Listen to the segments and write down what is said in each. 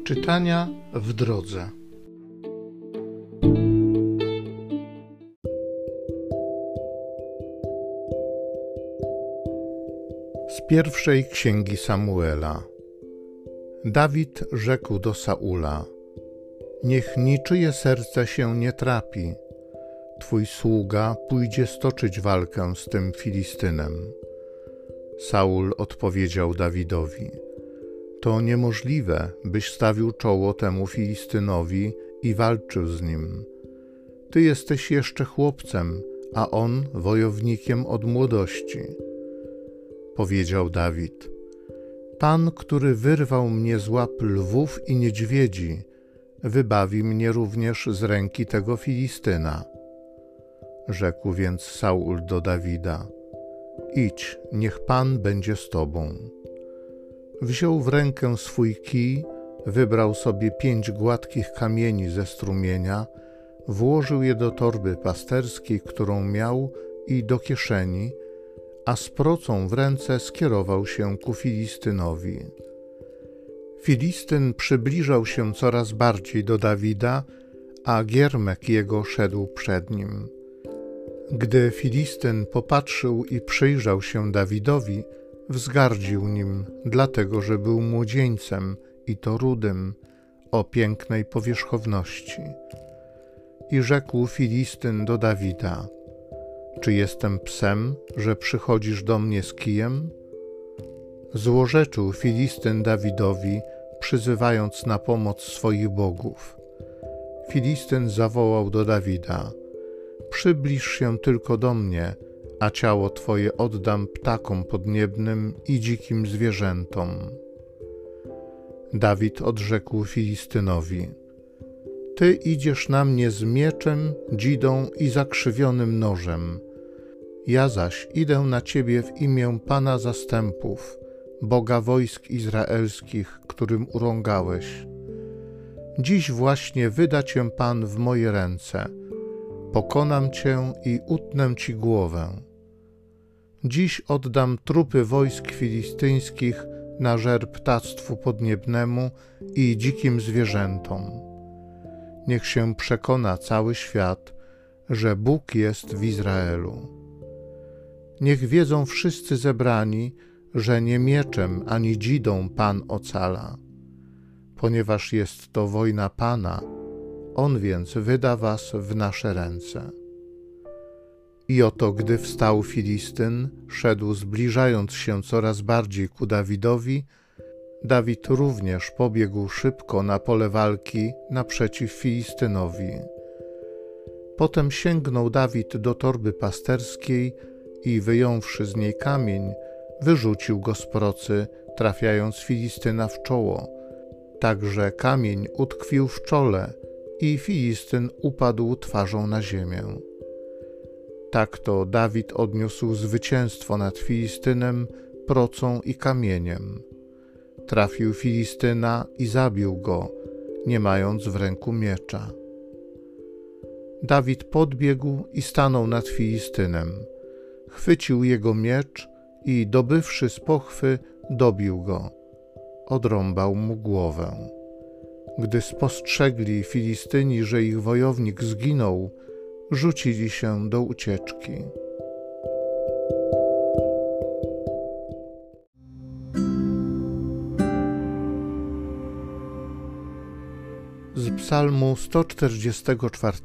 Czytania w drodze. Z pierwszej księgi Samuela. Dawid rzekł do Saula: niech niczyje serce się nie trapi. Twój sługa pójdzie stoczyć walkę z tym Filistynem. Saul odpowiedział Dawidowi: to niemożliwe, byś stawił czoło temu Filistynowi i walczył z nim. Ty jesteś jeszcze chłopcem, a on wojownikiem od młodości. Powiedział Dawid: Pan, który wyrwał mnie z łap lwów i niedźwiedzi, wybawi mnie również z ręki tego Filistyna. Rzekł więc Saul do Dawida: idź, niech Pan będzie z tobą. Wziął w rękę swój kij, wybrał sobie 5 gładkich kamieni ze strumienia, włożył je do torby pasterskiej, którą miał, i do kieszeni, a z procą w ręce skierował się ku Filistynowi. Filistyn przybliżał się coraz bardziej do Dawida, a giermek jego szedł przed nim. Gdy Filistyn popatrzył i przyjrzał się Dawidowi, wzgardził nim, dlatego że był młodzieńcem, i to rudym, o pięknej powierzchowności. I rzekł Filistyn do Dawida: czy jestem psem, że przychodzisz do mnie z kijem? Złorzeczył Filistyn Dawidowi, przyzywając na pomoc swoich bogów. Filistyn zawołał do Dawida: przybliż się tylko do mnie, a ciało twoje oddam ptakom podniebnym i dzikim zwierzętom. Dawid odrzekł Filistynowi: ty idziesz na mnie z mieczem, dzidą i zakrzywionym nożem. Ja zaś idę na ciebie w imię Pana zastępów, Boga wojsk izraelskich, którym urągałeś. Dziś właśnie wyda cię Pan w moje ręce. Pokonam cię i utnę ci głowę. Dziś oddam trupy wojsk filistyńskich na żer ptactwu podniebnemu i dzikim zwierzętom. Niech się przekona cały świat, że Bóg jest w Izraelu. Niech wiedzą wszyscy zebrani, że nie mieczem ani dzidą Pan ocala. Ponieważ jest to wojna Pana, On więc wyda was w nasze ręce. I oto, gdy wstał Filistyn, szedł zbliżając się coraz bardziej ku Dawidowi, Dawid również pobiegł szybko na pole walki naprzeciw Filistynowi. Potem sięgnął Dawid do torby pasterskiej i wyjąwszy z niej kamień, wyrzucił go z procy, trafiając Filistyna w czoło, tak że kamień utkwił w czole i Filistyn upadł twarzą na ziemię. Tak to Dawid odniósł zwycięstwo nad Filistynem procą i kamieniem. Trafił Filistyna i zabił go, nie mając w ręku miecza. Dawid podbiegł i stanął nad Filistynem. Chwycił jego miecz i dobywszy z pochwy, dobił go. Odrąbał mu głowę. Gdy spostrzegli Filistyni, że ich wojownik zginął, rzucili się do ucieczki. Z Psalmu 144.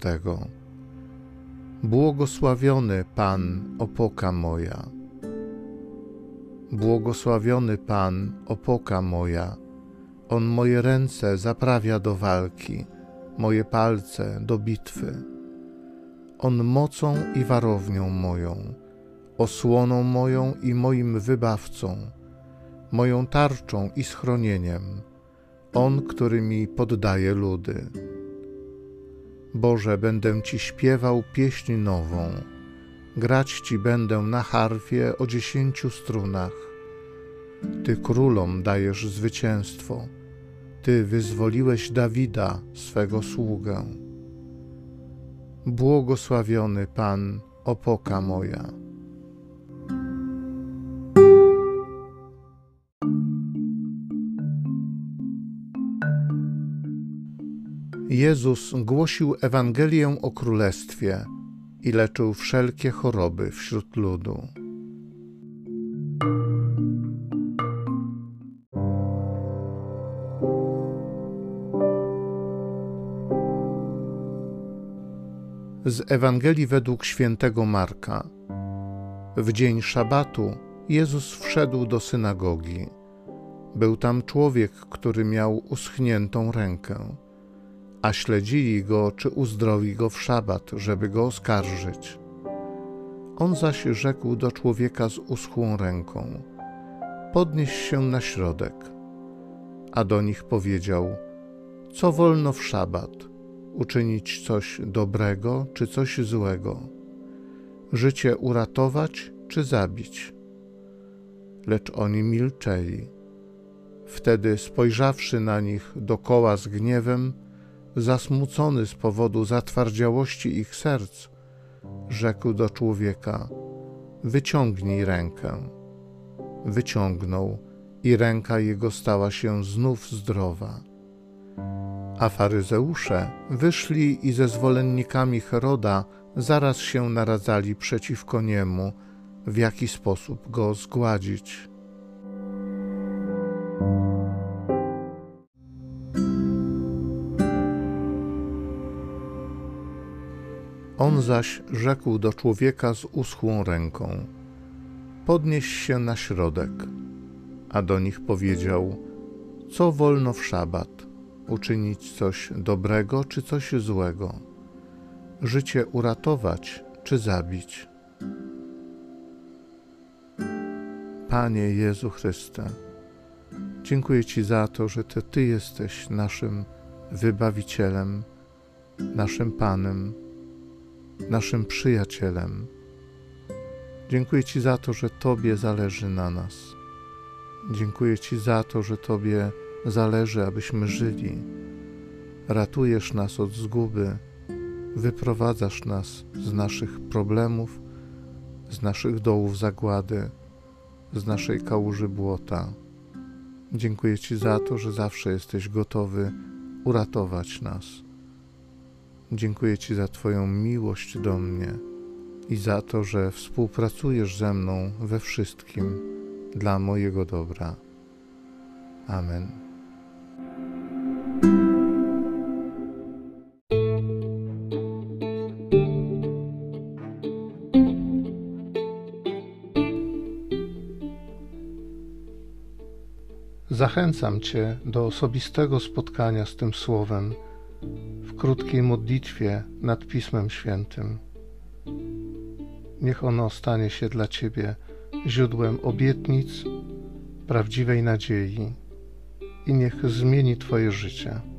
Błogosławiony Pan, opoka moja. Błogosławiony Pan, opoka moja. On moje ręce zaprawia do walki, moje palce do bitwy. On mocą i warownią moją, osłoną moją i moim wybawcą, moją tarczą i schronieniem. On, który mi poddaje ludy. Boże, będę Ci śpiewał pieśń nową, grać Ci będę na harfie o 10 strunach. Ty królom dajesz zwycięstwo, Ty wyzwoliłeś Dawida, swego sługę. Błogosławiony Pan, opoka moja. Jezus głosił Ewangelię o Królestwie i leczył wszelkie choroby wśród ludu. Z Ewangelii według świętego Marka. W dzień szabatu Jezus wszedł do synagogi. Był tam człowiek, który miał uschniętą rękę, a śledzili go, czy uzdrowi go w szabat, żeby go oskarżyć. On zaś rzekł do człowieka z uschłą ręką: podnieś się na środek. A do nich powiedział: co wolno w szabat? Uczynić coś dobrego, czy coś złego? Życie uratować, czy zabić? Lecz oni milczeli. Wtedy, spojrzawszy na nich dokoła z gniewem, zasmucony z powodu zatwardziałości ich serc, rzekł do człowieka: wyciągnij rękę. Wyciągnął i ręka jego stała się znów zdrowa. A faryzeusze wyszli i ze zwolennikami Heroda zaraz się naradzali przeciwko niemu, w jaki sposób go zgładzić. On zaś rzekł do człowieka z uschłą ręką: podnieś się na środek. A do nich powiedział: co wolno w szabat? Uczynić coś dobrego, czy coś złego? Życie uratować, czy zabić? Panie Jezu Chryste, dziękuję Ci za to, że to Ty jesteś naszym Wybawicielem, naszym Panem, naszym Przyjacielem. Dziękuję Ci za to, że Tobie zależy na nas. Dziękuję Ci za to, że Tobie zależy, abyśmy żyli. Ratujesz nas od zguby, wyprowadzasz nas z naszych problemów, z naszych dołów zagłady, z naszej kałuży błota. Dziękuję Ci za to, że zawsze jesteś gotowy uratować nas. Dziękuję Ci za Twoją miłość do mnie i za to, że współpracujesz ze mną we wszystkim dla mojego dobra. Amen. Zachęcam Cię do osobistego spotkania z tym Słowem w krótkiej modlitwie nad Pismem Świętym. Niech ono stanie się dla Ciebie źródłem obietnic, prawdziwej nadziei i niech zmieni Twoje życie.